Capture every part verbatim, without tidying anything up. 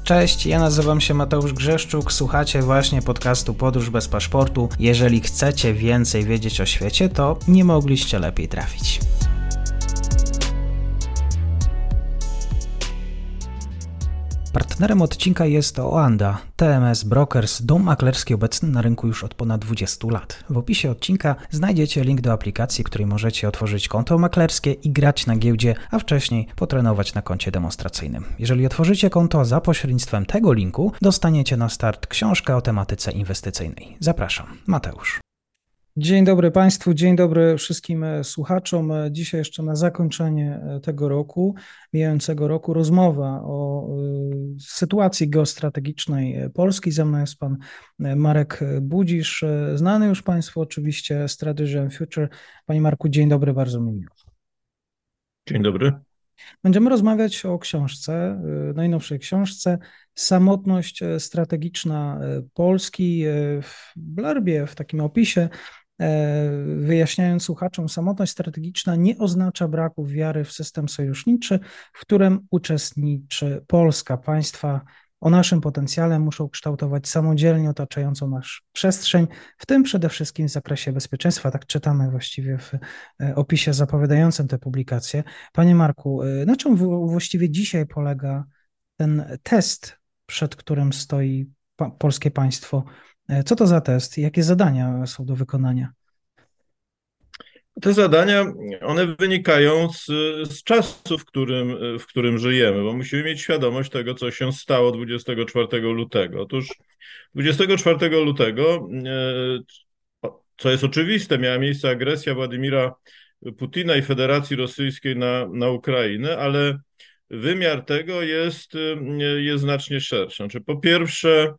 Cześć, ja nazywam się Mateusz Grzeszczuk, słuchacie właśnie podcastu Podróż bez paszportu. Jeżeli chcecie więcej wiedzieć o świecie, to nie mogliście lepiej trafić. Partnerem odcinka jest Oanda, T M S Brokers, dom maklerski obecny na rynku już od ponad dwudziestu lat. W opisie odcinka znajdziecie link do aplikacji, w której możecie otworzyć konto maklerskie i grać na giełdzie, a wcześniej potrenować na koncie demonstracyjnym. Jeżeli otworzycie konto za pośrednictwem tego linku, dostaniecie na start książkę o tematyce inwestycyjnej. Zapraszam, Mateusz. Dzień dobry Państwu, dzień dobry wszystkim słuchaczom. Dzisiaj jeszcze na zakończenie tego roku, mijającego roku, rozmowa o sytuacji geostrategicznej Polski. Ze mną jest pan Marek Budzisz, znany już Państwu oczywiście, Strategy and Future. Panie Marku, dzień dobry, bardzo mi miło. Dzień dobry. Będziemy rozmawiać o książce, najnowszej książce Samotność strategiczna Polski. W blurbie, w takim opisie, wyjaśniając słuchaczom, samotność strategiczna nie oznacza braku wiary w system sojuszniczy, w którym uczestniczy Polska. Państwa o naszym potencjale muszą kształtować samodzielnie otaczającą nas przestrzeń, w tym przede wszystkim w zakresie bezpieczeństwa. Tak czytamy właściwie w opisie zapowiadającym tę publikację. Panie Marku, na czym właściwie dzisiaj polega ten test, przed którym stoi pa- polskie państwo? Co to za test? Jakie zadania są do wykonania? Te zadania, one wynikają z, z czasu, w którym, w którym żyjemy, bo musimy mieć świadomość tego, co się stało dwudziestego czwartego lutego. Otóż dwudziestego czwartego lutego, co jest oczywiste, miała miejsce agresja Władimira Putina i Federacji Rosyjskiej na, na Ukrainę, ale wymiar tego jest, jest znacznie szerszy. Znaczy, po pierwsze,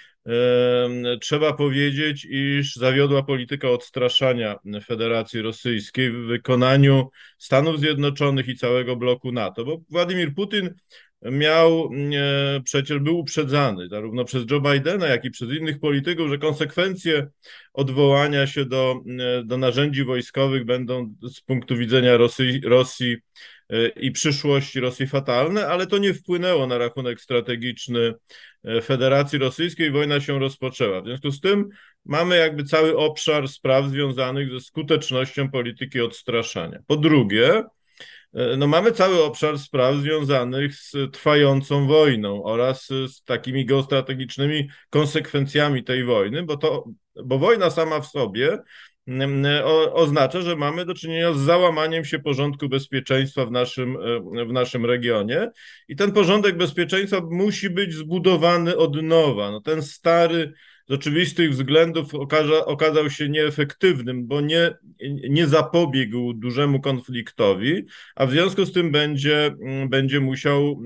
trzeba powiedzieć, iż zawiodła polityka odstraszania Federacji Rosyjskiej w wykonaniu Stanów Zjednoczonych i całego bloku NATO, bo Władimir Putin miał, przecież był uprzedzany zarówno przez Joe Bidena, jak i przez innych polityków, że konsekwencje odwołania się do, do narzędzi wojskowych będą z punktu widzenia Rosji, Rosji i przyszłości Rosji fatalne, ale to nie wpłynęło na rachunek strategiczny Federacji Rosyjskiej, wojna się rozpoczęła. W związku z tym mamy jakby cały obszar spraw związanych ze skutecznością polityki odstraszania. Po drugie, no mamy cały obszar spraw związanych z trwającą wojną oraz z takimi geostrategicznymi konsekwencjami tej wojny, bo to, bo wojna sama w sobie O, oznacza, że mamy do czynienia z załamaniem się porządku bezpieczeństwa w naszym, w naszym regionie i ten porządek bezpieczeństwa musi być zbudowany od nowa. No, ten stary z oczywistych względów okaza, okazał się nieefektywnym, bo nie, nie zapobiegł dużemu konfliktowi, a w związku z tym będzie, będzie musiał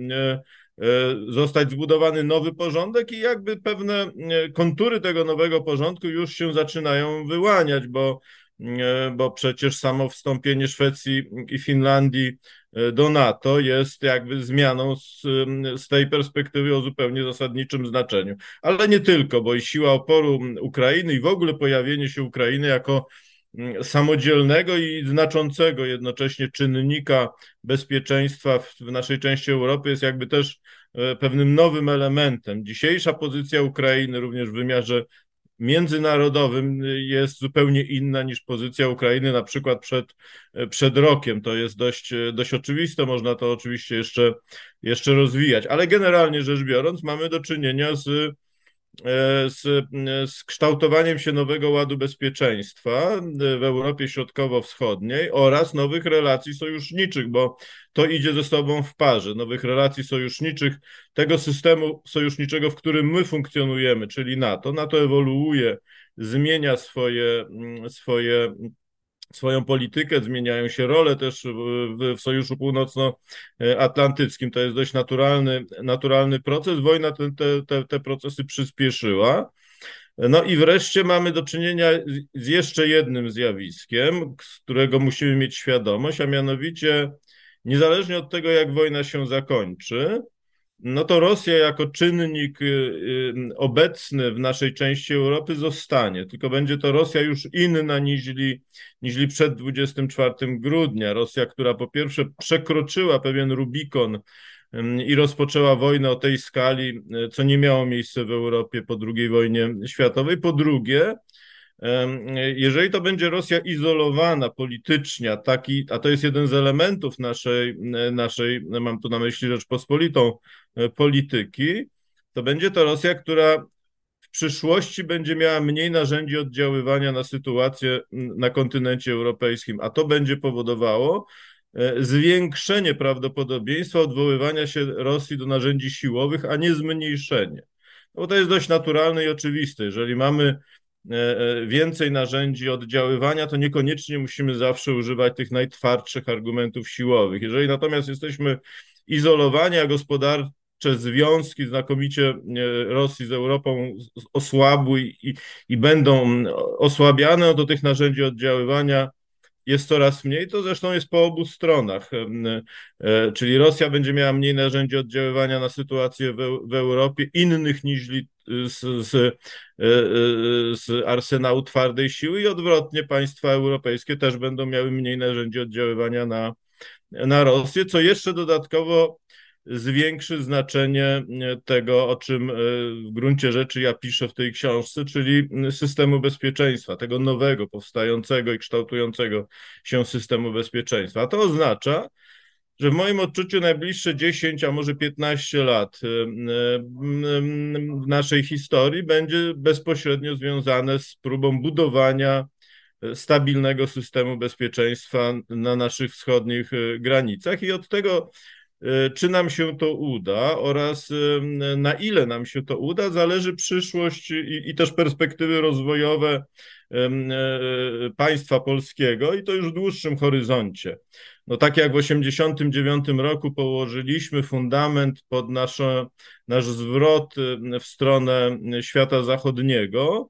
zostać zbudowany nowy porządek i jakby pewne kontury tego nowego porządku już się zaczynają wyłaniać, bo, bo przecież samo wstąpienie Szwecji i Finlandii do NATO jest jakby zmianą z, z tej perspektywy o zupełnie zasadniczym znaczeniu. Ale nie tylko, bo i siła oporu Ukrainy i w ogóle pojawienie się Ukrainy jako samodzielnego i znaczącego jednocześnie czynnika bezpieczeństwa w, w naszej części Europy jest jakby też pewnym nowym elementem. Dzisiejsza pozycja Ukrainy również w wymiarze międzynarodowym jest zupełnie inna niż pozycja Ukrainy na przykład przed, przed rokiem. To jest dość, dość oczywiste, można to oczywiście jeszcze, jeszcze rozwijać, ale generalnie rzecz biorąc mamy do czynienia z Z, z kształtowaniem się nowego ładu bezpieczeństwa w Europie Środkowo-Wschodniej oraz nowych relacji sojuszniczych, bo to idzie ze sobą w parze, nowych relacji sojuszniczych, tego systemu sojuszniczego, w którym my funkcjonujemy, czyli NATO. NATO ewoluuje, zmienia swoje, swoje swoją politykę, zmieniają się role też w, w Sojuszu Północnoatlantyckim. To jest dość naturalny, naturalny proces. Wojna te, te, te procesy przyspieszyła. No i wreszcie mamy do czynienia z jeszcze jednym zjawiskiem, z którego musimy mieć świadomość, a mianowicie niezależnie od tego, jak wojna się zakończy, no to Rosja jako czynnik obecny w naszej części Europy zostanie, tylko będzie to Rosja już inna niźli, niźli przed dwudziestego czwartego grudnia. Rosja, która po pierwsze przekroczyła pewien Rubikon i rozpoczęła wojnę o tej skali, co nie miało miejsca w Europie po drugiej wojnie światowej. Po drugie, jeżeli to będzie Rosja izolowana politycznie, a, taki, a to jest jeden z elementów naszej, naszej, mam tu na myśli Rzeczpospolitą, polityki, to będzie to Rosja, która w przyszłości będzie miała mniej narzędzi oddziaływania na sytuację na kontynencie europejskim, a to będzie powodowało zwiększenie prawdopodobieństwa odwoływania się Rosji do narzędzi siłowych, a nie zmniejszenie. No bo to jest dość naturalne i oczywiste. Jeżeli mamy więcej narzędzi oddziaływania, to niekoniecznie musimy zawsze używać tych najtwardszych argumentów siłowych. Jeżeli natomiast jesteśmy izolowani, a gospodarcze związki znakomicie Rosji z Europą osłabły i, i będą osłabiane, no to tych narzędzi oddziaływania jest coraz mniej, to zresztą jest po obu stronach, czyli Rosja będzie miała mniej narzędzi oddziaływania na sytuację w, w Europie, innych niż z, z, z arsenału twardej siły i odwrotnie państwa europejskie też będą miały mniej narzędzi oddziaływania na, na Rosję, co jeszcze dodatkowo zwiększy znaczenie tego, o czym w gruncie rzeczy ja piszę w tej książce, czyli systemu bezpieczeństwa, tego nowego, powstającego i kształtującego się systemu bezpieczeństwa. A to oznacza, że w moim odczuciu najbliższe dziesięć, a może piętnaście lat w naszej historii będzie bezpośrednio związane z próbą budowania stabilnego systemu bezpieczeństwa na naszych wschodnich granicach i od tego, czy nam się to uda oraz na ile nam się to uda, zależy przyszłość i, i też perspektywy rozwojowe państwa polskiego i to już w dłuższym horyzoncie. No tak jak w osiemdziesiątym dziewiątym roku położyliśmy fundament pod nasze, nasz zwrot w stronę świata zachodniego,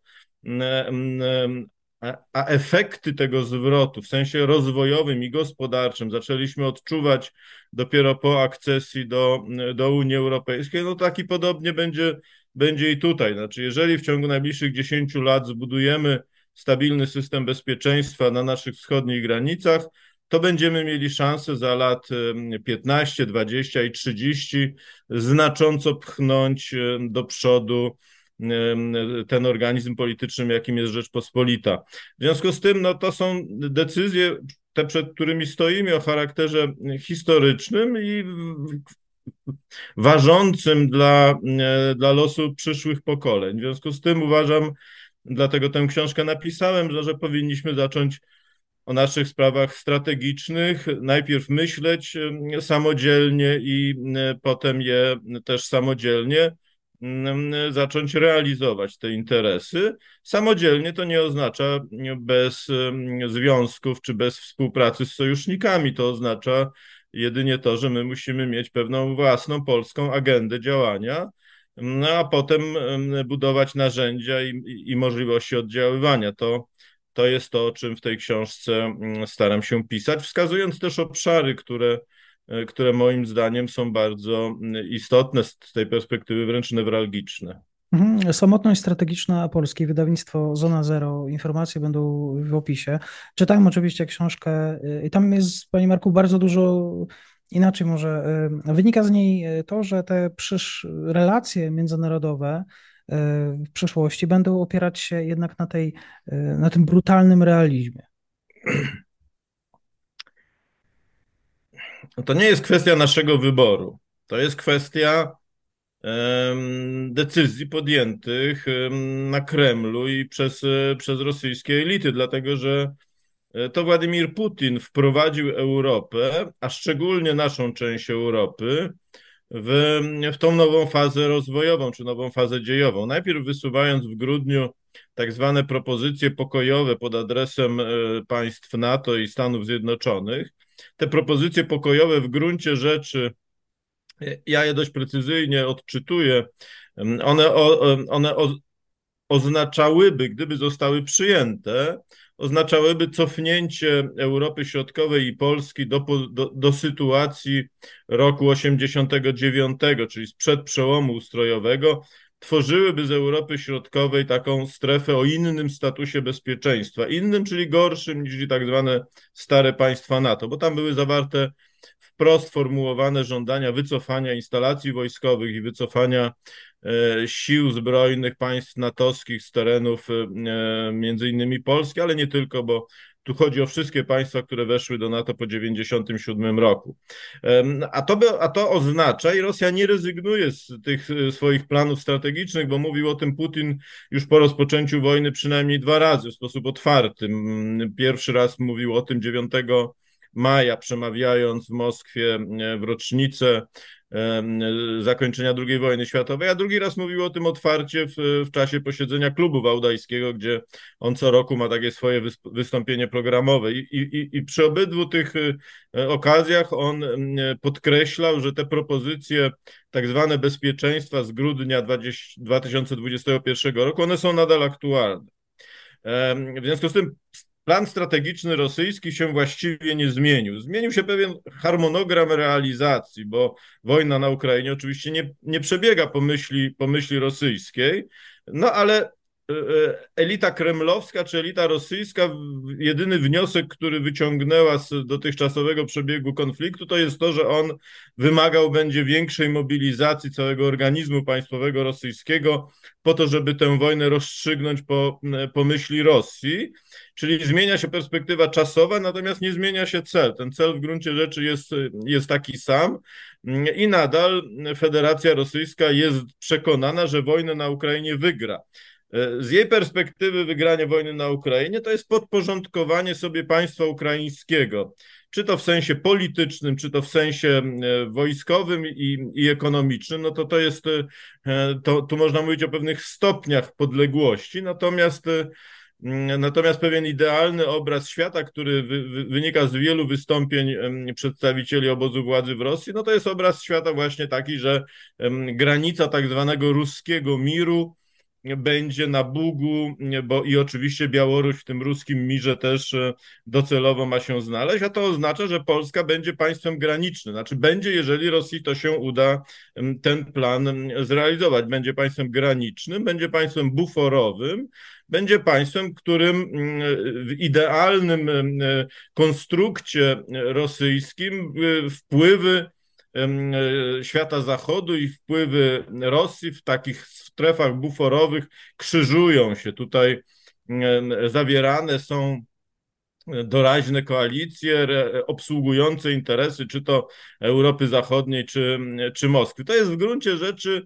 a, a efekty tego zwrotu w sensie rozwojowym i gospodarczym zaczęliśmy odczuwać dopiero po akcesji do, do Unii Europejskiej, no taki podobnie będzie, będzie i tutaj. Znaczy, jeżeli w ciągu najbliższych dziesięciu lat zbudujemy stabilny system bezpieczeństwa na naszych wschodnich granicach, to będziemy mieli szansę za lat piętnaście, dwadzieścia i trzydzieści znacząco pchnąć do przodu ten organizm polityczny, jakim jest Rzeczpospolita. W związku z tym, no to są decyzje, te przed którymi stoimy, o charakterze historycznym i ważącym dla, dla losu przyszłych pokoleń. W związku z tym uważam, dlatego tę książkę napisałem, że, że powinniśmy zacząć o naszych sprawach strategicznych, najpierw myśleć samodzielnie i potem je też samodzielnie zacząć realizować te interesy. Samodzielnie to nie oznacza bez związków czy bez współpracy z sojusznikami. To oznacza jedynie to, że my musimy mieć pewną własną polską agendę działania, no a potem budować narzędzia i, i możliwości oddziaływania. To, to jest to, o czym w tej książce staram się pisać, wskazując też obszary, które które moim zdaniem są bardzo istotne z tej perspektywy, wręcz newralgiczne. Samotność strategiczna Polski, wydawnictwo Zona Zero, informacje będą w opisie. Czytałem oczywiście książkę i tam jest, panie Marku, bardzo dużo inaczej może. Wynika z niej to, że te przysz relacje międzynarodowe w przyszłości będą opierać się jednak na tej, na tym brutalnym realizmie. To nie jest kwestia naszego wyboru. To jest kwestia um, decyzji podjętych um, na Kremlu i przez, przez rosyjskie elity, dlatego że to Władimir Putin wprowadził Europę, a szczególnie naszą część Europy, w, w tą nową fazę rozwojową, czy nową fazę dziejową. Najpierw wysuwając w grudniu tak zwane propozycje pokojowe pod adresem państw NATO i Stanów Zjednoczonych. Te propozycje pokojowe w gruncie rzeczy, ja je dość precyzyjnie odczytuję, one, one oznaczałyby, gdyby zostały przyjęte, oznaczałyby cofnięcie Europy Środkowej i Polski do, do, do sytuacji roku osiemdziesiątego dziewiątego, czyli sprzed przełomu ustrojowego, tworzyłyby z Europy Środkowej taką strefę o innym statusie bezpieczeństwa. Innym, czyli gorszym niż tak zwane stare państwa NATO, bo tam były zawarte w wprost formułowane żądania wycofania instalacji wojskowych i wycofania sił zbrojnych państw natowskich z terenów między innymi Polski, ale nie tylko, bo tu chodzi o wszystkie państwa, które weszły do NATO po dziewięćdziesiątym siódmym roku. A to, by, a to oznacza, i Rosja nie rezygnuje z tych swoich planów strategicznych, bo mówił o tym Putin już po rozpoczęciu wojny przynajmniej dwa razy w sposób otwarty. Pierwszy raz mówił o tym dziewiątego maja, przemawiając w Moskwie w rocznicę zakończenia drugiej wojny światowej, a drugi raz mówił o tym otwarcie w, w czasie posiedzenia klubu wałdajskiego, gdzie on co roku ma takie swoje wystąpienie programowe. I, i, i przy obydwu tych okazjach on podkreślał, że te propozycje tak zwane bezpieczeństwa z grudnia dwa tysiące dwudziestego pierwszego roku, one są nadal aktualne. W związku z tym plan strategiczny rosyjski się właściwie nie zmienił. Zmienił się pewien harmonogram realizacji, bo wojna na Ukrainie oczywiście nie, nie przebiega po myśli, po myśli rosyjskiej, no ale elita kremlowska czy elita rosyjska, jedyny wniosek, który wyciągnęła z dotychczasowego przebiegu konfliktu, to jest to, że on wymagał będzie większej mobilizacji całego organizmu państwowego rosyjskiego po to, żeby tę wojnę rozstrzygnąć po, po myśli Rosji. Czyli zmienia się perspektywa czasowa, natomiast nie zmienia się cel. Ten cel w gruncie rzeczy jest, jest taki sam i nadal Federacja Rosyjska jest przekonana, że wojnę na Ukrainie wygra. Z jej perspektywy wygranie wojny na Ukrainie to jest podporządkowanie sobie państwa ukraińskiego, czy to w sensie politycznym, czy to w sensie wojskowym i, i ekonomicznym, no to to jest, to, tu można mówić o pewnych stopniach podległości, natomiast Natomiast pewien idealny obraz świata, który wy, wy, wynika z wielu wystąpień przedstawicieli obozu władzy w Rosji, no to jest obraz świata właśnie taki, że granica tak zwanego ruskiego miru będzie na Bugu, bo i oczywiście Białoruś w tym ruskim mirze też docelowo ma się znaleźć, a to oznacza, że Polska będzie państwem granicznym. Znaczy będzie, jeżeli Rosji to się uda ten plan zrealizować. Będzie państwem granicznym, będzie państwem buforowym, będzie państwem, którym w idealnym konstrukcie rosyjskim wpływy świata zachodu i wpływy Rosji w takich strefach buforowych krzyżują się. Tutaj zawierane są doraźne koalicje obsługujące interesy czy to Europy Zachodniej, czy, czy Moskwy. To jest w gruncie rzeczy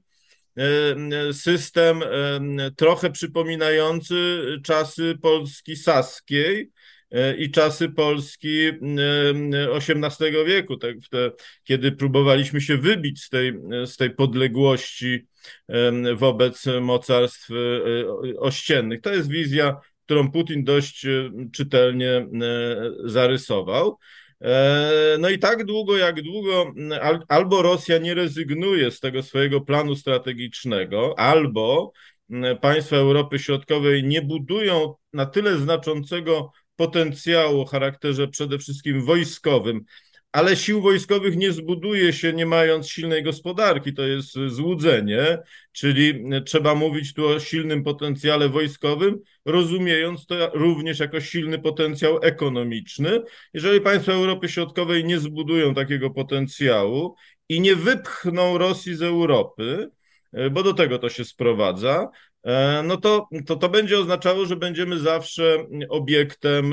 system trochę przypominający czasy Polski saskiej i czasy Polski osiemnastego wieku, te, te, kiedy próbowaliśmy się wybić z tej, z tej podległości wobec mocarstw ościennych. To jest wizja, którą Putin dość czytelnie zarysował. No i tak długo, jak długo albo Rosja nie rezygnuje z tego swojego planu strategicznego, albo państwa Europy Środkowej nie budują na tyle znaczącego potencjału o charakterze przede wszystkim wojskowym, ale sił wojskowych nie zbuduje się nie mając silnej gospodarki, to jest złudzenie, czyli trzeba mówić tu o silnym potencjale wojskowym, rozumiejąc to również jako silny potencjał ekonomiczny. Jeżeli państwa Europy Środkowej nie zbudują takiego potencjału i nie wypchną Rosji z Europy, bo do tego to się sprowadza, no to, to to będzie oznaczało, że będziemy zawsze obiektem,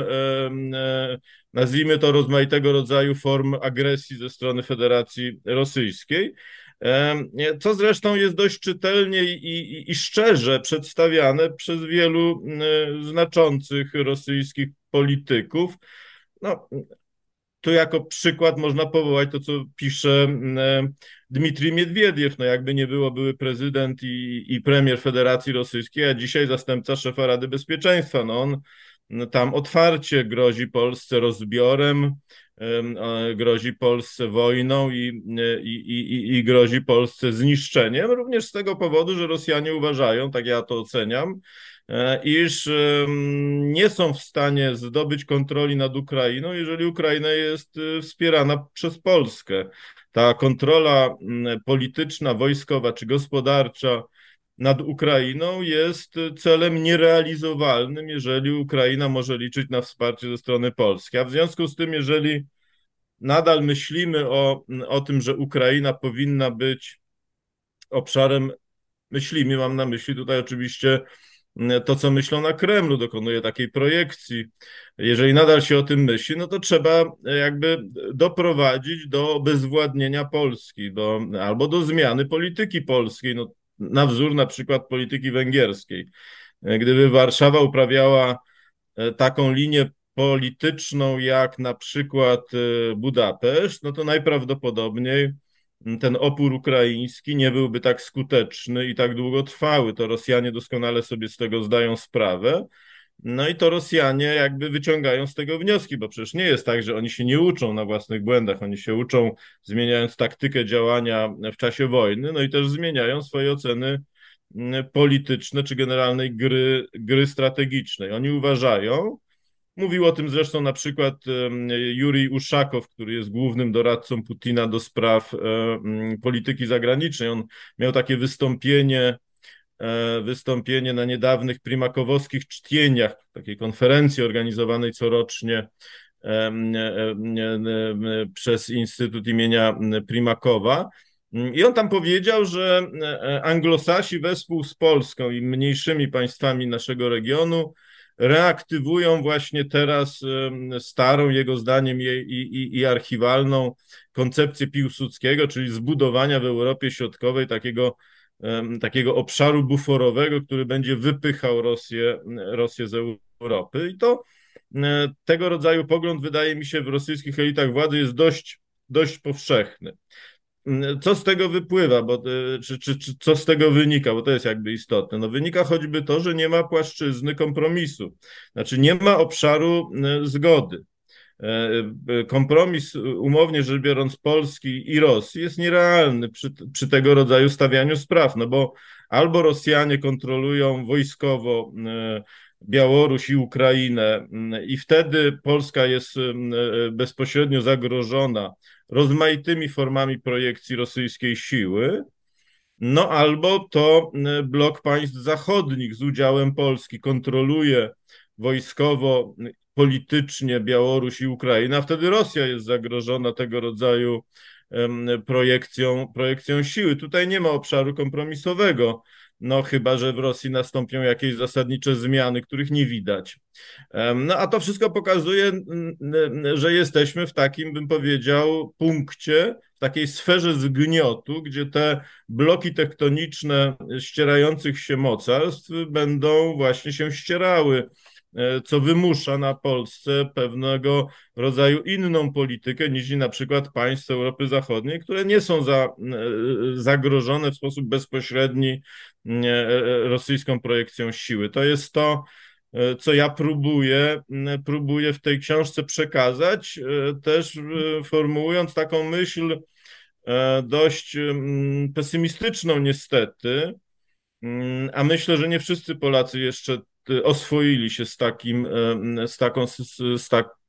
nazwijmy to, rozmaitego rodzaju form agresji ze strony Federacji Rosyjskiej, co zresztą jest dość czytelnie i, i, i szczerze przedstawiane przez wielu znaczących rosyjskich polityków. No, tu jako przykład można powołać to, co pisze Dmitrij Miedwiediew, no jakby nie było, były prezydent i, i premier Federacji Rosyjskiej, a dzisiaj zastępca szefa Rady Bezpieczeństwa. No on tam otwarcie grozi Polsce rozbiorem, grozi Polsce wojną i, i, i, i grozi Polsce zniszczeniem, również z tego powodu, że Rosjanie uważają, tak ja to oceniam, iż nie są w stanie zdobyć kontroli nad Ukrainą, jeżeli Ukraina jest wspierana przez Polskę. Ta kontrola polityczna, wojskowa czy gospodarcza nad Ukrainą jest celem nierealizowalnym, jeżeli Ukraina może liczyć na wsparcie ze strony Polski. A w związku z tym, jeżeli nadal myślimy o, o tym, że Ukraina powinna być obszarem, myślimy, mam na myśli tutaj oczywiście to, co myślą na Kremlu, dokonuje takiej projekcji. Jeżeli nadal się o tym myśli, no to trzeba jakby doprowadzić do obezwładnienia Polski, do, albo do zmiany polityki polskiej, no, na wzór na przykład polityki węgierskiej. Gdyby Warszawa uprawiała taką linię polityczną jak na przykład Budapeszt, no to najprawdopodobniej ten opór ukraiński nie byłby tak skuteczny i tak długotrwały. To Rosjanie doskonale sobie z tego zdają sprawę. No i to Rosjanie jakby wyciągają z tego wnioski, bo przecież nie jest tak, że oni się nie uczą na własnych błędach, oni się uczą zmieniając taktykę działania w czasie wojny, no i też zmieniają swoje oceny polityczne czy generalnej gry, gry strategicznej. Oni uważają, mówił o tym zresztą na przykład Jurij Uszakow, który jest głównym doradcą Putina do spraw polityki zagranicznej. On miał takie wystąpienie, wystąpienie na niedawnych primakowowskich cztieniach, takiej konferencji organizowanej corocznie przez Instytut imienia Primakowa. I on tam powiedział, że Anglosasi wespół z Polską i mniejszymi państwami naszego regionu reaktywują właśnie teraz starą, jego zdaniem, i, i, i archiwalną koncepcję Piłsudskiego, czyli zbudowania w Europie Środkowej takiego, takiego obszaru buforowego, który będzie wypychał Rosję, Rosję z Europy. I to tego rodzaju pogląd, wydaje mi się, w rosyjskich elitach władzy jest dość, dość powszechny. Co z tego wypływa, bo, czy, czy, czy co z tego wynika, bo to jest jakby istotne. No wynika choćby to, że nie ma płaszczyzny kompromisu, znaczy nie ma obszaru zgody. Kompromis, umownie rzecz biorąc, Polski i Rosji jest nierealny przy, przy tego rodzaju stawianiu spraw, no bo albo Rosjanie kontrolują wojskowo Białoruś i Ukrainę i wtedy Polska jest bezpośrednio zagrożona rozmaitymi formami projekcji rosyjskiej siły, no albo to blok państw zachodnich z udziałem Polski kontroluje wojskowo, politycznie Białoruś i Ukraina, a wtedy Rosja jest zagrożona tego rodzaju projekcją, projekcją siły. Tutaj nie ma obszaru kompromisowego. No chyba że w Rosji nastąpią jakieś zasadnicze zmiany, których nie widać. No a to wszystko pokazuje, że jesteśmy w takim, bym powiedział, punkcie, w takiej sferze zgniotu, gdzie te bloki tektoniczne ścierających się mocarstw będą właśnie się ścierały, co wymusza na Polsce pewnego rodzaju inną politykę niż na przykład państw Europy Zachodniej, które nie są za, zagrożone w sposób bezpośredni rosyjską projekcją siły. To jest to, co ja próbuję, próbuję w tej książce przekazać, też formułując taką myśl dość pesymistyczną niestety, a myślę, że nie wszyscy Polacy jeszcze oswoili się z takim, z taką, z, z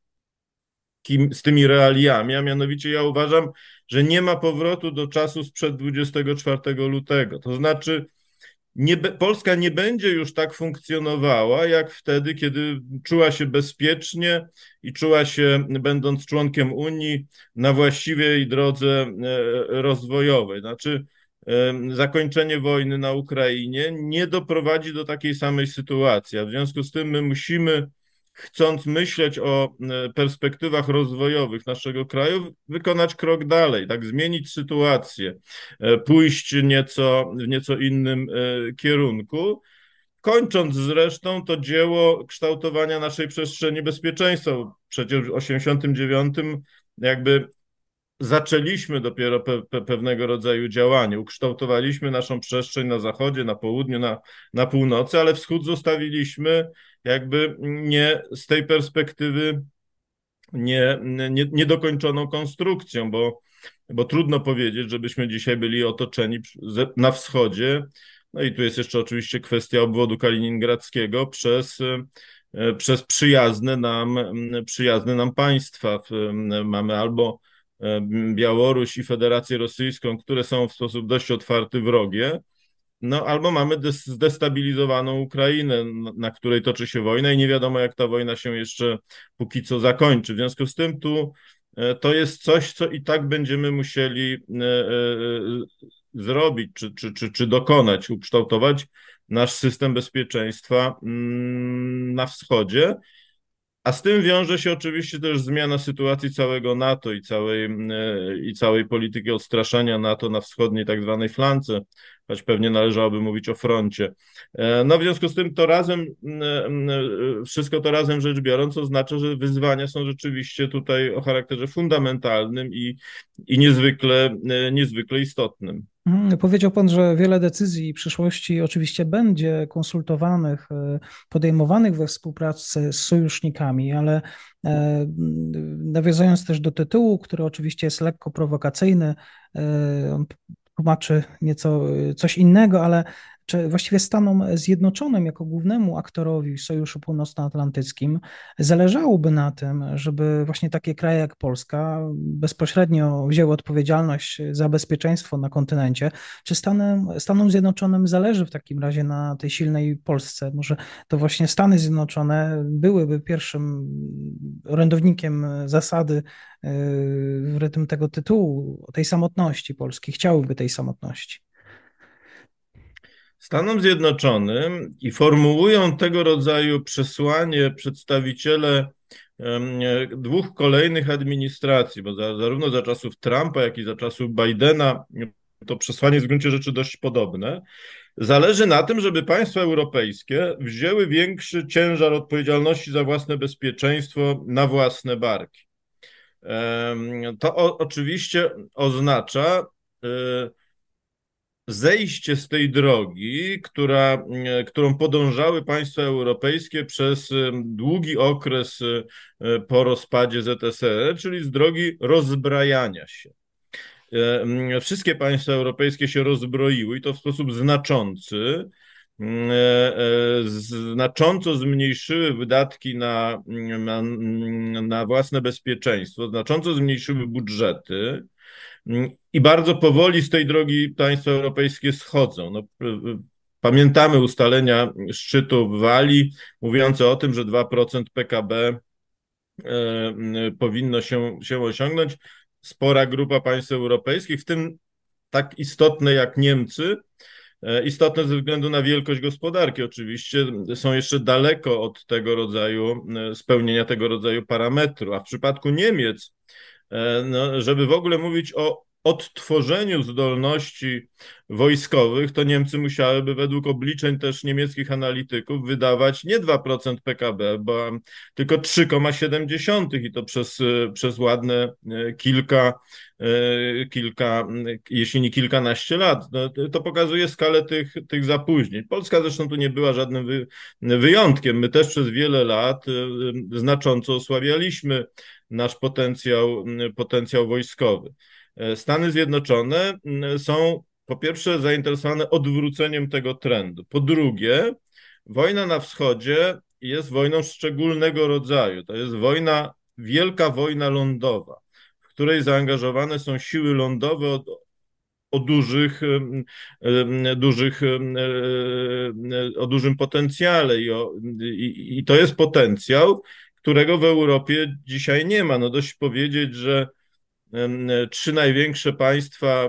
takim, z tymi realiami, a mianowicie ja uważam, że nie ma powrotu do czasu sprzed dwudziestego czwartego lutego. To znaczy nie, Polska nie będzie już tak funkcjonowała, jak wtedy, kiedy czuła się bezpiecznie i czuła się, będąc członkiem Unii, na właściwej drodze rozwojowej. Znaczy zakończenie wojny na Ukrainie nie doprowadzi do takiej samej sytuacji. A w związku z tym my musimy, chcąc myśleć o perspektywach rozwojowych naszego kraju, wykonać krok dalej, tak zmienić sytuację, pójść nieco, w nieco innym kierunku, kończąc zresztą to dzieło kształtowania naszej przestrzeni bezpieczeństwa. Przecież w osiemdziesiątym dziewiątym jakby zaczęliśmy dopiero pe, pe, pewnego rodzaju działanie. Ukształtowaliśmy naszą przestrzeń na zachodzie, na południu, na, na północy, ale wschód zostawiliśmy jakby nie z tej perspektywy nie, nie, niedokończoną konstrukcją, bo, bo trudno powiedzieć, żebyśmy dzisiaj byli otoczeni na wschodzie. No i tu jest jeszcze oczywiście kwestia obwodu kaliningradzkiego przez, przez przyjazne nam, przyjazne nam państwa. Mamy albo Białoruś i Federację Rosyjską, które są w sposób dość otwarty wrogie, no albo mamy zdestabilizowaną Ukrainę, na której toczy się wojna i nie wiadomo, jak ta wojna się jeszcze póki co zakończy. W związku z tym tu to jest coś, co i tak będziemy musieli zrobić, czy, czy, czy, czy dokonać, ukształtować nasz system bezpieczeństwa na wschodzie. A z tym wiąże się oczywiście też zmiana sytuacji całego NATO i całej, i całej polityki odstraszania NATO na wschodniej tak zwanej flance, choć pewnie należałoby mówić o froncie. No w związku z tym to razem, wszystko to razem rzecz biorąc oznacza, że wyzwania są rzeczywiście tutaj o charakterze fundamentalnym i, i niezwykle, niezwykle istotnym. Powiedział Pan, że wiele decyzji w przyszłości oczywiście będzie konsultowanych, podejmowanych we współpracy z sojusznikami, ale nawiązując też do tytułu, który oczywiście jest lekko prowokacyjny, on tłumaczy nieco coś innego, ale czy właściwie Stanom Zjednoczonym jako głównemu aktorowi w Sojuszu Północnoatlantyckim zależałoby na tym, żeby właśnie takie kraje jak Polska bezpośrednio wzięły odpowiedzialność za bezpieczeństwo na kontynencie? Czy Stanem, Stanom Zjednoczonym zależy w takim razie na tej silnej Polsce? Może to właśnie Stany Zjednoczone byłyby pierwszym orędownikiem zasady w rytm tego tytułu, tej samotności Polski, chciałyby tej samotności? Stanom Zjednoczonym i formułują tego rodzaju przesłanie przedstawiciele dwóch kolejnych administracji, bo za, zarówno za czasów Trumpa, jak i za czasów Bidena to przesłanie jest w gruncie rzeczy dość podobne. Zależy na tym, żeby państwa europejskie wzięły większy ciężar odpowiedzialności za własne bezpieczeństwo na własne barki. To o, oczywiście oznacza zejście z tej drogi, która, którą podążały państwa europejskie przez długi okres po rozpadzie Z S R R, czyli z drogi rozbrajania się. Wszystkie państwa europejskie się rozbroiły i to w sposób znaczący. Znacząco zmniejszyły wydatki na, na, na własne bezpieczeństwo, znacząco zmniejszyły budżety. I bardzo powoli z tej drogi państwa europejskie schodzą. No, pamiętamy ustalenia szczytu w Walii mówiące o tym, że dwa procent P K B powinno się, się osiągnąć. Spora grupa państw europejskich, w tym tak istotne jak Niemcy, istotne ze względu na wielkość gospodarki oczywiście, są jeszcze daleko od tego rodzaju, spełnienia tego rodzaju parametru. A w przypadku Niemiec, no, żeby w ogóle mówić o odtworzeniu zdolności wojskowych, to Niemcy musiałyby według obliczeń też niemieckich analityków wydawać nie dwa procent P K B, bo tylko trzy przecinek siedem i to przez, przez ładne kilka, kilka, jeśli nie kilkanaście lat. No, to pokazuje skalę tych, tych zapóźnień. Polska zresztą tu nie była żadnym wy, wyjątkiem. My też przez wiele lat znacząco osłabialiśmy nasz potencjał, potencjał wojskowy. Stany Zjednoczone są po pierwsze zainteresowane odwróceniem tego trendu. Po drugie, wojna na wschodzie jest wojną szczególnego rodzaju. To jest wojna, wielka wojna lądowa, w której zaangażowane są siły lądowe o, o dużych, dużych, o dużym potencjale i, o, i, i to jest potencjał, którego w Europie dzisiaj nie ma. No dość powiedzieć, że trzy największe państwa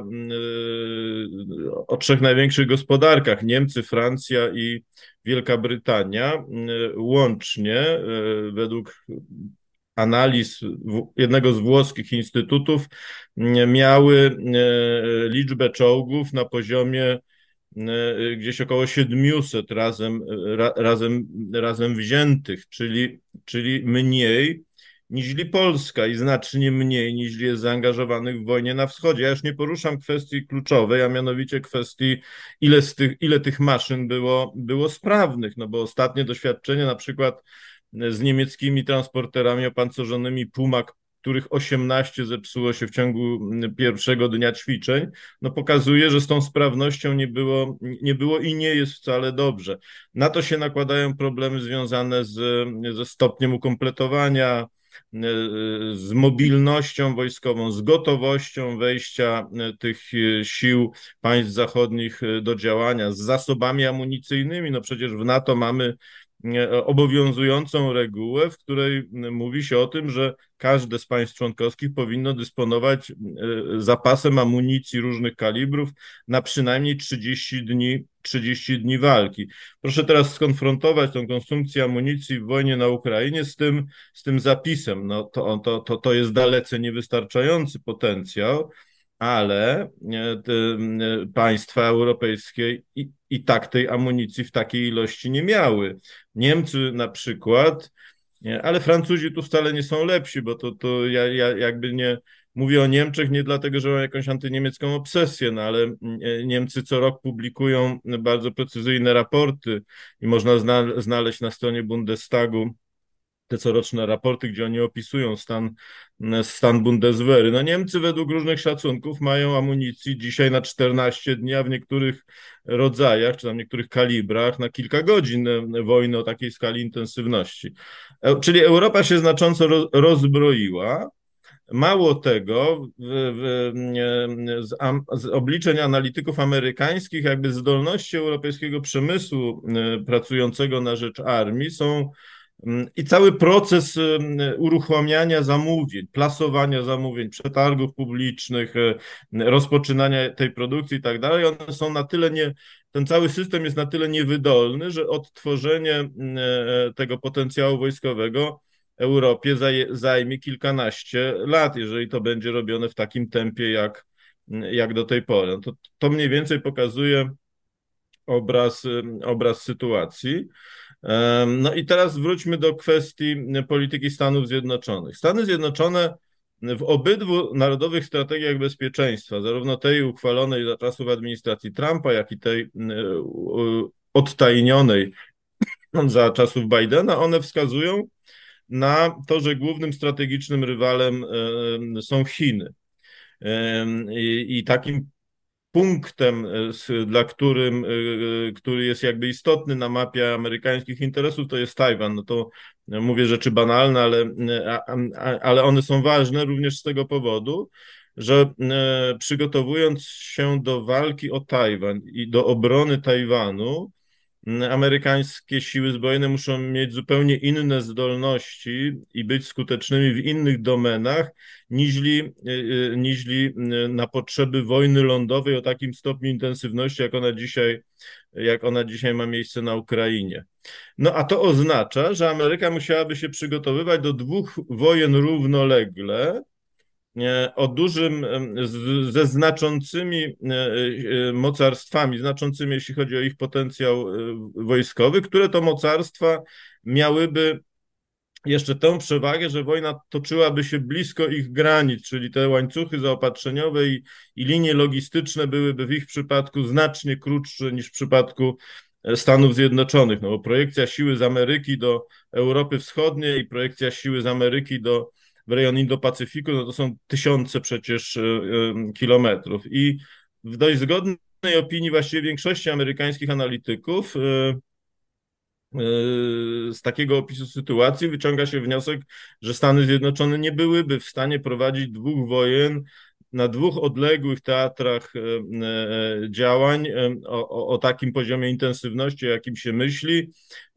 o trzech największych gospodarkach, Niemcy, Francja i Wielka Brytania, łącznie według analiz jednego z włoskich instytutów miały liczbę czołgów na poziomie gdzieś około siedmiuset razem, ra, razem, razem wziętych, czyli, czyli mniej niźli Polska i znacznie mniej niż jest zaangażowanych w wojnie na wschodzie. Ja już nie poruszam kwestii kluczowej, a mianowicie kwestii, ile, z tych, ile tych maszyn było, było sprawnych, no bo ostatnie doświadczenie na przykład z niemieckimi transporterami opancerzonymi Puma, których osiemnaście zepsuło się w ciągu pierwszego dnia ćwiczeń, no pokazuje, że z tą sprawnością nie było, nie było i nie jest wcale dobrze. Na to się nakładają problemy związane z, ze stopniem ukompletowania, z mobilnością wojskową, z gotowością wejścia tych sił państw zachodnich do działania, z zasobami amunicyjnymi. No przecież w NATO mamy obowiązującą regułę, w której mówi się o tym, że każde z państw członkowskich powinno dysponować zapasem amunicji różnych kalibrów na przynajmniej trzydzieści dni, trzydzieści dni walki. Proszę teraz skonfrontować tą konsumpcję amunicji w wojnie na Ukrainie z tym, z tym zapisem. No to, to, to, to jest dalece niewystarczający potencjał, ale te państwa europejskie i, i tak tej amunicji w takiej ilości nie miały. Niemcy na przykład, ale Francuzi tu wcale nie są lepsi, bo to, to ja, ja jakby nie mówię o Niemczech nie dlatego, że mam jakąś antyniemiecką obsesję, no ale Niemcy co rok publikują bardzo precyzyjne raporty i można zna, znaleźć na stronie Bundestagu te coroczne raporty, gdzie oni opisują stan, stan Bundeswehry. No Niemcy według różnych szacunków mają amunicji dzisiaj na czternaście dni, a w niektórych rodzajach, czy tam w niektórych kalibrach na kilka godzin wojny o takiej skali intensywności. Czyli Europa się znacząco rozbroiła. Mało tego, w, w, z, z obliczeń analityków amerykańskich, jakby zdolności europejskiego przemysłu pracującego na rzecz armii są i cały proces uruchamiania zamówień, plasowania zamówień, przetargów publicznych, rozpoczynania tej produkcji i tak dalej, one są na tyle nie, ten cały system jest na tyle niewydolny, że odtworzenie tego potencjału wojskowego Europie zajmie kilkanaście lat, jeżeli to będzie robione w takim tempie jak, jak do tej pory. To, to mniej więcej pokazuje obraz, obraz sytuacji. No i teraz wróćmy do kwestii polityki Stanów Zjednoczonych. Stany Zjednoczone w obydwu narodowych strategiach bezpieczeństwa, zarówno tej uchwalonej za czasów administracji Trumpa, jak i tej odtajnionej za czasów Bidena, one wskazują na to, że głównym strategicznym rywalem są Chiny. I, i takim punktem, dla którym, który jest jakby istotny na mapie amerykańskich interesów, to jest Tajwan. No to mówię rzeczy banalne, ale, ale one są ważne również z tego powodu, że przygotowując się do walki o Tajwan i do obrony Tajwanu, amerykańskie siły zbrojne muszą mieć zupełnie inne zdolności i być skutecznymi w innych domenach, niźli, niźli na potrzeby wojny lądowej o takim stopniu intensywności, jak ona dzisiaj, jak ona dzisiaj ma miejsce na Ukrainie. No a to oznacza, że Ameryka musiałaby się przygotowywać do dwóch wojen równolegle, o dużym, ze znaczącymi mocarstwami, znaczącymi jeśli chodzi o ich potencjał wojskowy, które to mocarstwa miałyby jeszcze tę przewagę, że wojna toczyłaby się blisko ich granic, czyli te łańcuchy zaopatrzeniowe i, i linie logistyczne byłyby w ich przypadku znacznie krótsze niż w przypadku Stanów Zjednoczonych, no bo projekcja siły z Ameryki do Europy Wschodniej i projekcja siły z Ameryki do w rejon Indo-Pacyfiku, no to są tysiące przecież kilometrów. I w dość zgodnej opinii właściwie większości amerykańskich analityków z takiego opisu sytuacji wyciąga się wniosek, że Stany Zjednoczone nie byłyby w stanie prowadzić dwóch wojen na dwóch odległych teatrach działań o, o, o takim poziomie intensywności, o jakim się myśli,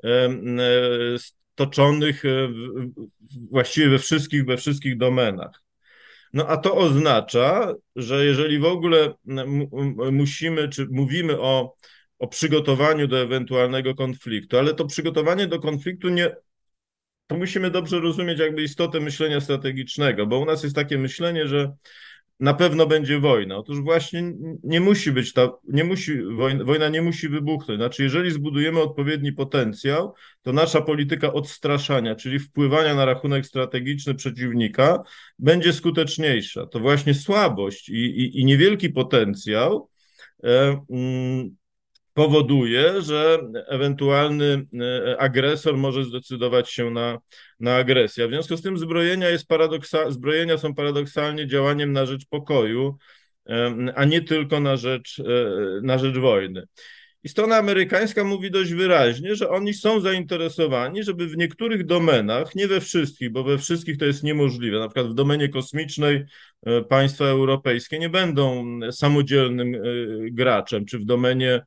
toczonych właściwie we wszystkich, we wszystkich domenach. No a to oznacza, że jeżeli w ogóle musimy, czy mówimy o, o przygotowaniu do ewentualnego konfliktu, ale to przygotowanie do konfliktu nie, to musimy dobrze rozumieć jakby istotę myślenia strategicznego, bo u nas jest takie myślenie, że na pewno będzie wojna. Otóż właśnie nie musi być ta, nie musi, wojna, wojna nie musi wybuchnąć. Znaczy, jeżeli zbudujemy odpowiedni potencjał, to nasza polityka odstraszania, czyli wpływania na rachunek strategiczny przeciwnika, będzie skuteczniejsza. To właśnie słabość i, i, i niewielki potencjał e, mm, powoduje, że ewentualny agresor może zdecydować się na, na agresję. W związku z tym zbrojenia, jest paradoksa- zbrojenia są paradoksalnie działaniem na rzecz pokoju, a nie tylko na rzecz, na rzecz wojny. I strona amerykańska mówi dość wyraźnie, że oni są zainteresowani, żeby w niektórych domenach, nie we wszystkich, bo we wszystkich to jest niemożliwe, na przykład w domenie kosmicznej państwa europejskie nie będą samodzielnym graczem, czy w domenie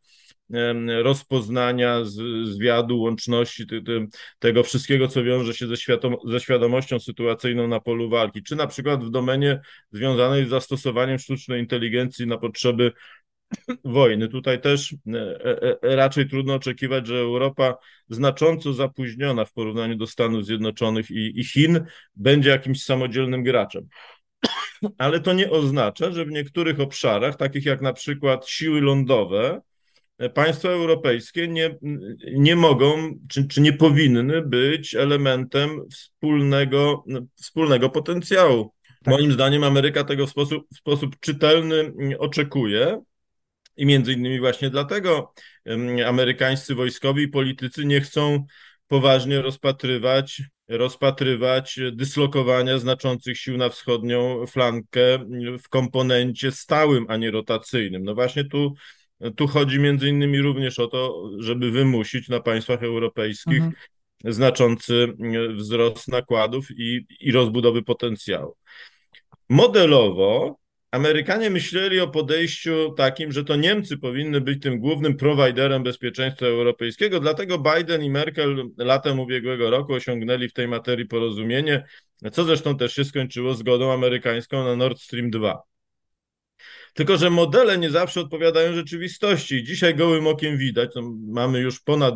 rozpoznania, z, zwiadu, łączności, ty, ty, tego wszystkiego, co wiąże się ze, światom, ze świadomością sytuacyjną na polu walki, czy na przykład w domenie związanej z zastosowaniem sztucznej inteligencji na potrzeby wojny. Tutaj też e, e, raczej trudno oczekiwać, że Europa znacząco zapóźniona w porównaniu do Stanów Zjednoczonych i, i Chin będzie jakimś samodzielnym graczem. Ale to nie oznacza, że w niektórych obszarach, takich jak na przykład siły lądowe, państwa europejskie nie, nie mogą, czy, czy nie powinny być elementem wspólnego, wspólnego potencjału. Tak. Moim zdaniem Ameryka tego w sposób, w sposób czytelny oczekuje. I między innymi właśnie dlatego amerykańscy wojskowi i politycy nie chcą poważnie rozpatrywać, rozpatrywać dyslokowania znaczących sił na wschodnią flankę w komponencie stałym, a nie rotacyjnym. No właśnie tu, tu chodzi między innymi również o to, żeby wymusić na państwach europejskich Mhm. znaczący wzrost nakładów i, i rozbudowy potencjału. Modelowo Amerykanie myśleli o podejściu takim, że to Niemcy powinny być tym głównym prowajderem bezpieczeństwa europejskiego, dlatego Biden i Merkel latem ubiegłego roku osiągnęli w tej materii porozumienie, co zresztą też się skończyło zgodą amerykańską na Nord Stream dwa. Tylko że modele nie zawsze odpowiadają rzeczywistości. Dzisiaj gołym okiem widać, no mamy już ponad,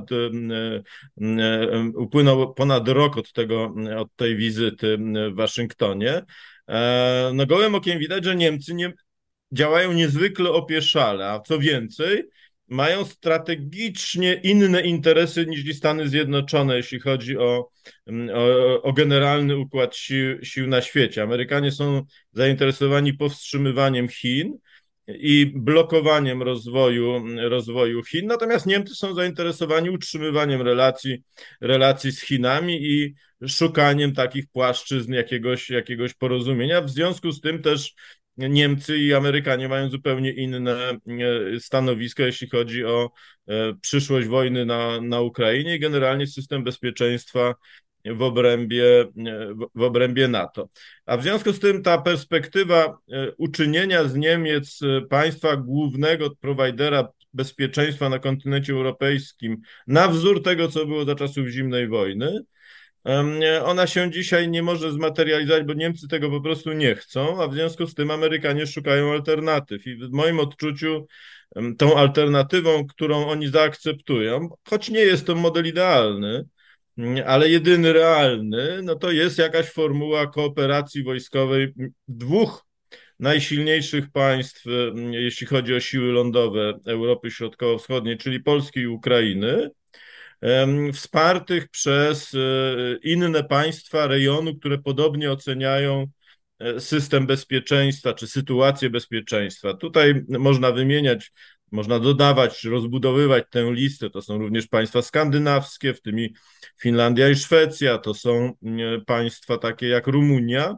upłynął ponad rok od tego, od tej wizyty w Waszyngtonie. No gołym okiem widać, że Niemcy nie, działają niezwykle opieszale, a co więcej, mają strategicznie inne interesy niż Stany Zjednoczone, jeśli chodzi o, o, o generalny układ sił, sił na świecie. Amerykanie są zainteresowani powstrzymywaniem Chin i blokowaniem rozwoju, rozwoju Chin, natomiast Niemcy są zainteresowani utrzymywaniem relacji, relacji z Chinami i szukaniem takich płaszczyzn jakiegoś, jakiegoś porozumienia. W związku z tym też Niemcy i Amerykanie mają zupełnie inne stanowisko, jeśli chodzi o przyszłość wojny na, na Ukrainie i generalnie system bezpieczeństwa w obrębie, w obrębie NATO. A w związku z tym ta perspektywa uczynienia z Niemiec państwa głównego prowajdera bezpieczeństwa na kontynencie europejskim na wzór tego, co było za czasów zimnej wojny, ona się dzisiaj nie może zmaterializować, bo Niemcy tego po prostu nie chcą, a w związku z tym Amerykanie szukają alternatyw. I w moim odczuciu tą alternatywą, którą oni zaakceptują, choć nie jest to model idealny, ale jedyny realny, no to jest jakaś formuła kooperacji wojskowej dwóch najsilniejszych państw, jeśli chodzi o siły lądowe Europy Środkowo-Wschodniej, czyli Polski i Ukrainy, wspartych przez inne państwa rejonu, które podobnie oceniają system bezpieczeństwa czy sytuację bezpieczeństwa. Tutaj można wymieniać, można dodawać, czy rozbudowywać tę listę. To są również państwa skandynawskie, w tym i Finlandia i Szwecja, to są państwa takie jak Rumunia.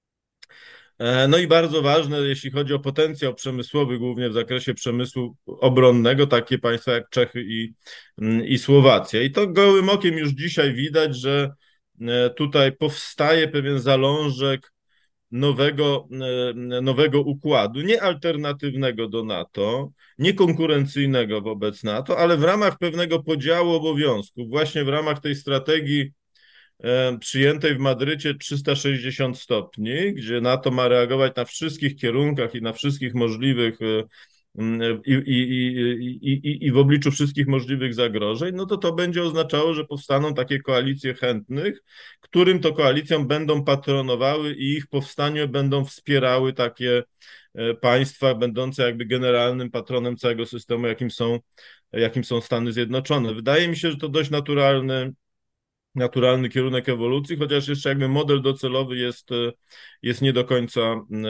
No i bardzo ważne, jeśli chodzi o potencjał przemysłowy, głównie w zakresie przemysłu obronnego, takie państwa jak Czechy i, i Słowacja. I to gołym okiem już dzisiaj widać, że tutaj powstaje pewien zalążek nowego, nowego układu, nie alternatywnego do NATO, nie konkurencyjnego wobec NATO, ale w ramach pewnego podziału obowiązków, właśnie w ramach tej strategii przyjętej w Madrycie trzysta sześćdziesiąt stopni, gdzie NATO ma reagować na wszystkich kierunkach i na wszystkich możliwych i, i, i, i, i w obliczu wszystkich możliwych zagrożeń, no to to będzie oznaczało, że powstaną takie koalicje chętnych, którym to koalicjom będą patronowały i ich powstanie będą wspierały takie państwa będące jakby generalnym patronem całego systemu, jakim są, jakim są Stany Zjednoczone. Wydaje mi się, że to dość naturalny naturalny kierunek ewolucji, chociaż jeszcze jakby model docelowy jest, jest nie do końca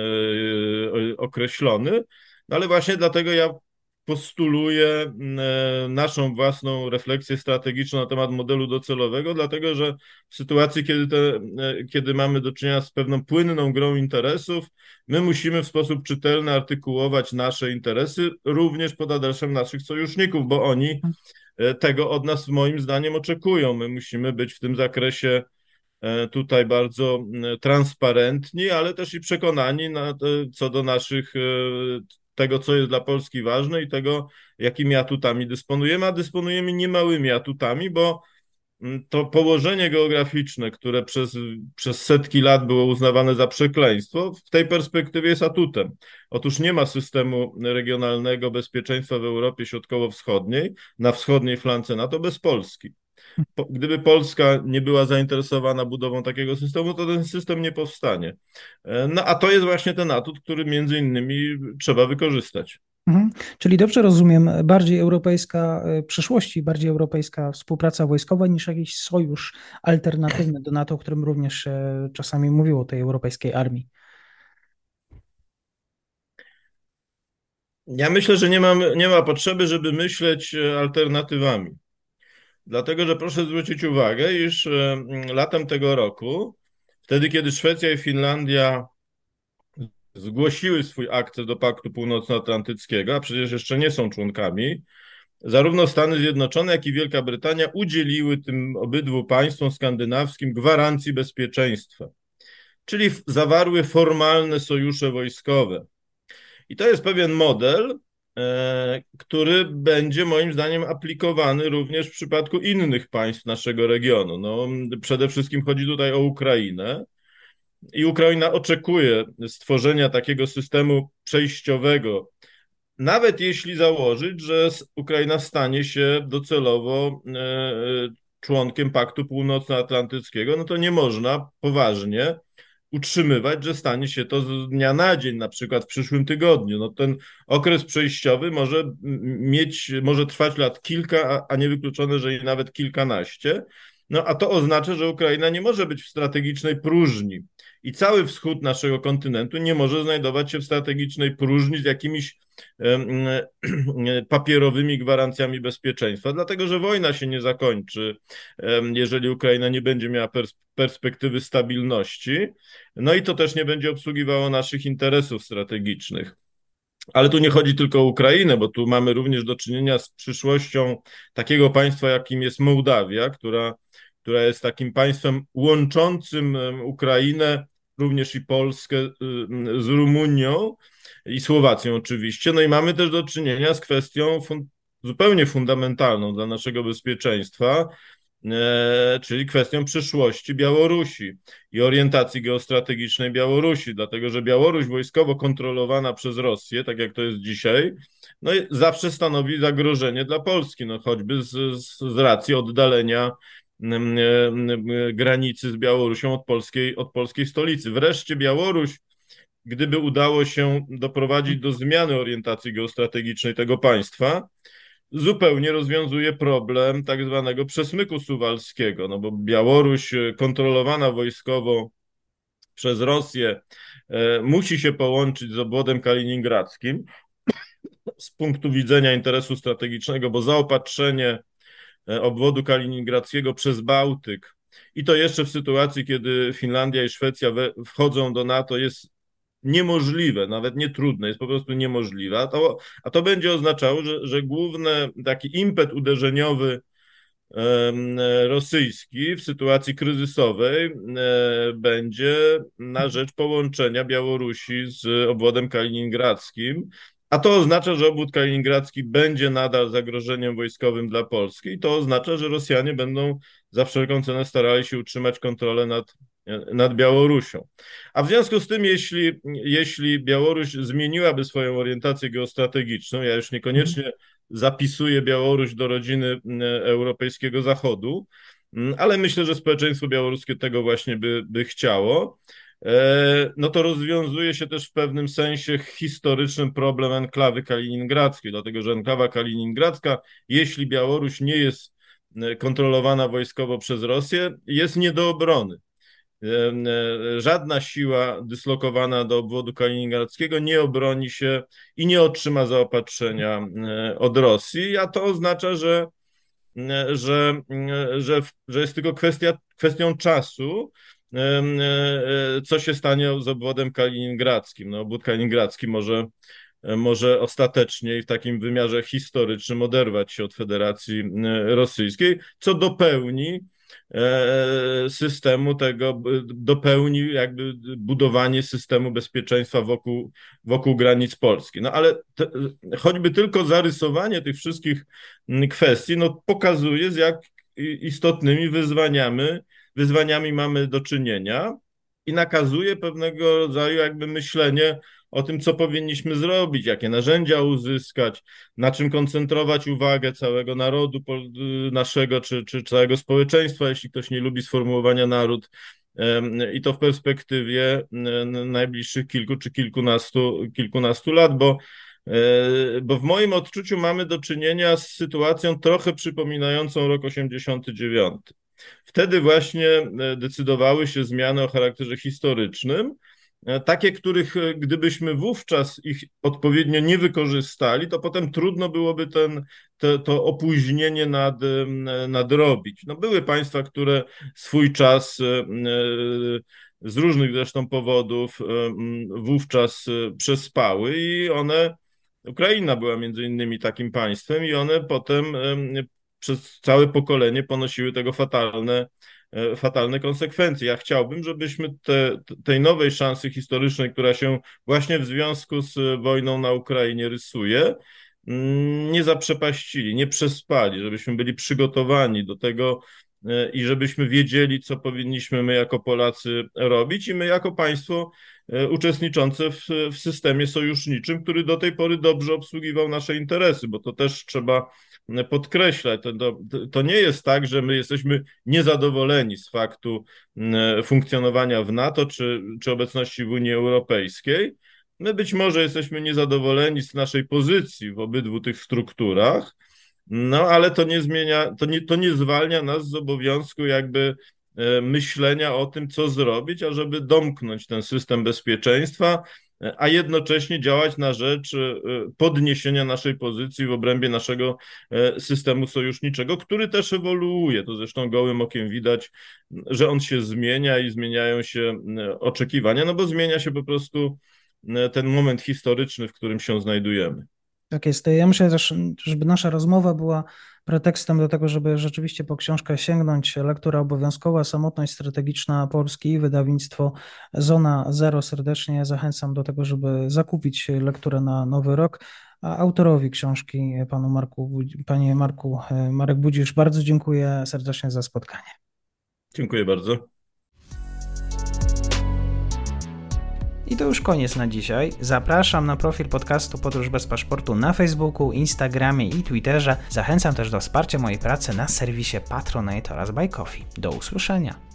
określony, no ale właśnie dlatego ja postuluję naszą własną refleksję strategiczną na temat modelu docelowego, dlatego że w sytuacji, kiedy, te, kiedy mamy do czynienia z pewną płynną grą interesów, my musimy w sposób czytelny artykułować nasze interesy również pod adresem naszych sojuszników, bo oni tego od nas moim zdaniem oczekują. My musimy być w tym zakresie tutaj bardzo transparentni, ale też i przekonani na, co do naszych tego, co jest dla Polski ważne i tego, jakimi atutami dysponujemy, a dysponujemy niemałymi atutami, bo to położenie geograficzne, które przez, przez setki lat było uznawane za przekleństwo, w tej perspektywie jest atutem. Otóż nie ma systemu regionalnego bezpieczeństwa w Europie Środkowo-Wschodniej, na wschodniej flance NATO bez Polski. Po, gdyby Polska nie była zainteresowana budową takiego systemu, to ten system nie powstanie. No a to jest właśnie ten atut, który między innymi trzeba wykorzystać. Mhm. Czyli dobrze rozumiem, bardziej europejska y, przyszłości, bardziej europejska współpraca wojskowa niż jakiś sojusz alternatywny do NATO, o którym również się czasami mówiło, tej europejskiej armii. Ja myślę, że nie, mam, nie ma potrzeby, żeby myśleć alternatywami. Dlatego, że proszę zwrócić uwagę, iż latem tego roku, wtedy kiedy Szwecja i Finlandia zgłosiły swój akces do Paktu Północnoatlantyckiego, a przecież jeszcze nie są członkami, zarówno Stany Zjednoczone, jak i Wielka Brytania udzieliły tym obydwu państwom skandynawskim gwarancji bezpieczeństwa, czyli zawarły formalne sojusze wojskowe. I to jest pewien model, e, który będzie moim zdaniem aplikowany również w przypadku innych państw naszego regionu. No, przede wszystkim chodzi tutaj o Ukrainę. I Ukraina oczekuje stworzenia takiego systemu przejściowego, nawet jeśli założyć, że Ukraina stanie się docelowo członkiem Paktu Północnoatlantyckiego, no to nie można poważnie utrzymywać, że stanie się to z dnia na dzień, na przykład w przyszłym tygodniu. No ten okres przejściowy może mieć, może trwać lat kilka, a niewykluczone, że i nawet kilkanaście. No a to oznacza, że Ukraina nie może być w strategicznej próżni i cały wschód naszego kontynentu nie może znajdować się w strategicznej próżni z jakimiś papierowymi gwarancjami bezpieczeństwa, dlatego że wojna się nie zakończy, jeżeli Ukraina nie będzie miała pers perspektywy stabilności, no i to też nie będzie obsługiwało naszych interesów strategicznych. Ale tu nie chodzi tylko o Ukrainę, bo tu mamy również do czynienia z przyszłością takiego państwa, jakim jest Mołdawia, która, która jest takim państwem łączącym Ukrainę, również i Polskę z Rumunią i Słowacją oczywiście. No i mamy też do czynienia z kwestią fun zupełnie fundamentalną dla naszego bezpieczeństwa, E, czyli kwestią przyszłości Białorusi i orientacji geostrategicznej Białorusi, dlatego że Białoruś wojskowo kontrolowana przez Rosję, tak jak to jest dzisiaj, no zawsze stanowi zagrożenie dla Polski, no choćby z, z racji oddalenia granicy z Białorusią od polskiej, od polskiej stolicy. Wreszcie Białoruś, gdyby udało się doprowadzić do zmiany orientacji geostrategicznej tego państwa, zupełnie rozwiązuje problem tak zwanego przesmyku suwalskiego, no bo Białoruś kontrolowana wojskowo przez Rosję e, musi się połączyć z obwodem kaliningradzkim z punktu widzenia interesu strategicznego, bo zaopatrzenie obwodu kaliningradzkiego przez Bałtyk i to jeszcze w sytuacji, kiedy Finlandia i Szwecja we, wchodzą do NATO jest niemożliwe, nawet nie trudne, jest po prostu niemożliwe, a to, a to będzie oznaczało, że, że główny taki impet uderzeniowy rosyjski w sytuacji kryzysowej będzie na rzecz połączenia Białorusi z obwodem kaliningradzkim, a to oznacza, że obwód kaliningradzki będzie nadal zagrożeniem wojskowym dla Polski i to oznacza, że Rosjanie będą za wszelką cenę starali się utrzymać kontrolę nad, nad Białorusią. A w związku z tym, jeśli, jeśli Białoruś zmieniłaby swoją orientację geostrategiczną, ja już niekoniecznie zapisuję Białoruś do rodziny europejskiego Zachodu, ale myślę, że społeczeństwo białoruskie tego właśnie by, by chciało, no to rozwiązuje się też w pewnym sensie historycznym problem enklawy kaliningradzkiej, dlatego że enklawa kaliningradzka, jeśli Białoruś nie jest kontrolowana wojskowo przez Rosję, jest nie do obrony. Żadna siła dyslokowana do obwodu kaliningradzkiego nie obroni się i nie otrzyma zaopatrzenia od Rosji, a to oznacza, że, że, że, że jest tylko kwestia, kwestią czasu, co się stanie z obwodem kaliningradzkim. No, obwód kaliningradzki może, może ostatecznie i w takim wymiarze historycznym oderwać się od Federacji Rosyjskiej, co dopełni systemu tego, dopełni jakby budowanie systemu bezpieczeństwa wokół, wokół granic Polski. No ale te, choćby tylko zarysowanie tych wszystkich kwestii, no pokazuje, z jak istotnymi wyzwaniami, wyzwaniami mamy do czynienia i nakazuje pewnego rodzaju jakby myślenie o tym, co powinniśmy zrobić, jakie narzędzia uzyskać, na czym koncentrować uwagę całego narodu naszego, czy, czy całego społeczeństwa, jeśli ktoś nie lubi sformułowania naród, i to w perspektywie najbliższych kilku czy kilkunastu, kilkunastu lat, bo, bo w moim odczuciu mamy do czynienia z sytuacją trochę przypominającą rok osiemdziesiąty dziewiąty. Wtedy właśnie decydowały się zmiany o charakterze historycznym, takie, których gdybyśmy wówczas ich odpowiednio nie wykorzystali, to potem trudno byłoby ten, to, to opóźnienie nad, nadrobić. No były państwa, które swój czas z różnych zresztą powodów wówczas przespały i one, Ukraina była między innymi takim państwem i one potem przez całe pokolenie ponosiły tego fatalne fatalne konsekwencje. Ja chciałbym, żebyśmy te, tej nowej szansy historycznej, która się właśnie w związku z wojną na Ukrainie rysuje, nie zaprzepaścili, nie przespali, żebyśmy byli przygotowani do tego i żebyśmy wiedzieli, co powinniśmy my jako Polacy robić i my jako państwo uczestniczące w, w systemie sojuszniczym, który do tej pory dobrze obsługiwał nasze interesy, bo to też trzeba podkreślać. To, to, to nie jest tak, że my jesteśmy niezadowoleni z faktu funkcjonowania w NATO czy, czy obecności w Unii Europejskiej. My być może jesteśmy niezadowoleni z naszej pozycji w obydwu tych strukturach, no ale to nie zmienia, to nie, to nie zwalnia nas z obowiązku jakby myślenia o tym, co zrobić, ażeby domknąć ten system bezpieczeństwa, a jednocześnie działać na rzecz podniesienia naszej pozycji w obrębie naszego systemu sojuszniczego, który też ewoluuje. To zresztą gołym okiem widać, że on się zmienia i zmieniają się oczekiwania, no bo zmienia się po prostu ten moment historyczny, w którym się znajdujemy. Tak jest. Ja myślę też, żeby nasza rozmowa była pretekstem do tego, żeby rzeczywiście po książkę sięgnąć. Lektura obowiązkowa, Samotność strategiczna Polski, wydawnictwo Zona Zero. Serdecznie zachęcam do tego, żeby zakupić lekturę na nowy rok. A autorowi książki, panu Marku, panie Marku, Marek Budzisz, bardzo dziękuję serdecznie za spotkanie. Dziękuję bardzo. I to już koniec na dzisiaj. Zapraszam na profil podcastu Podróż bez paszportu na Facebooku, Instagramie i Twitterze. Zachęcam też do wsparcia mojej pracy na serwisie Patronite oraz Buy Coffee. Do usłyszenia.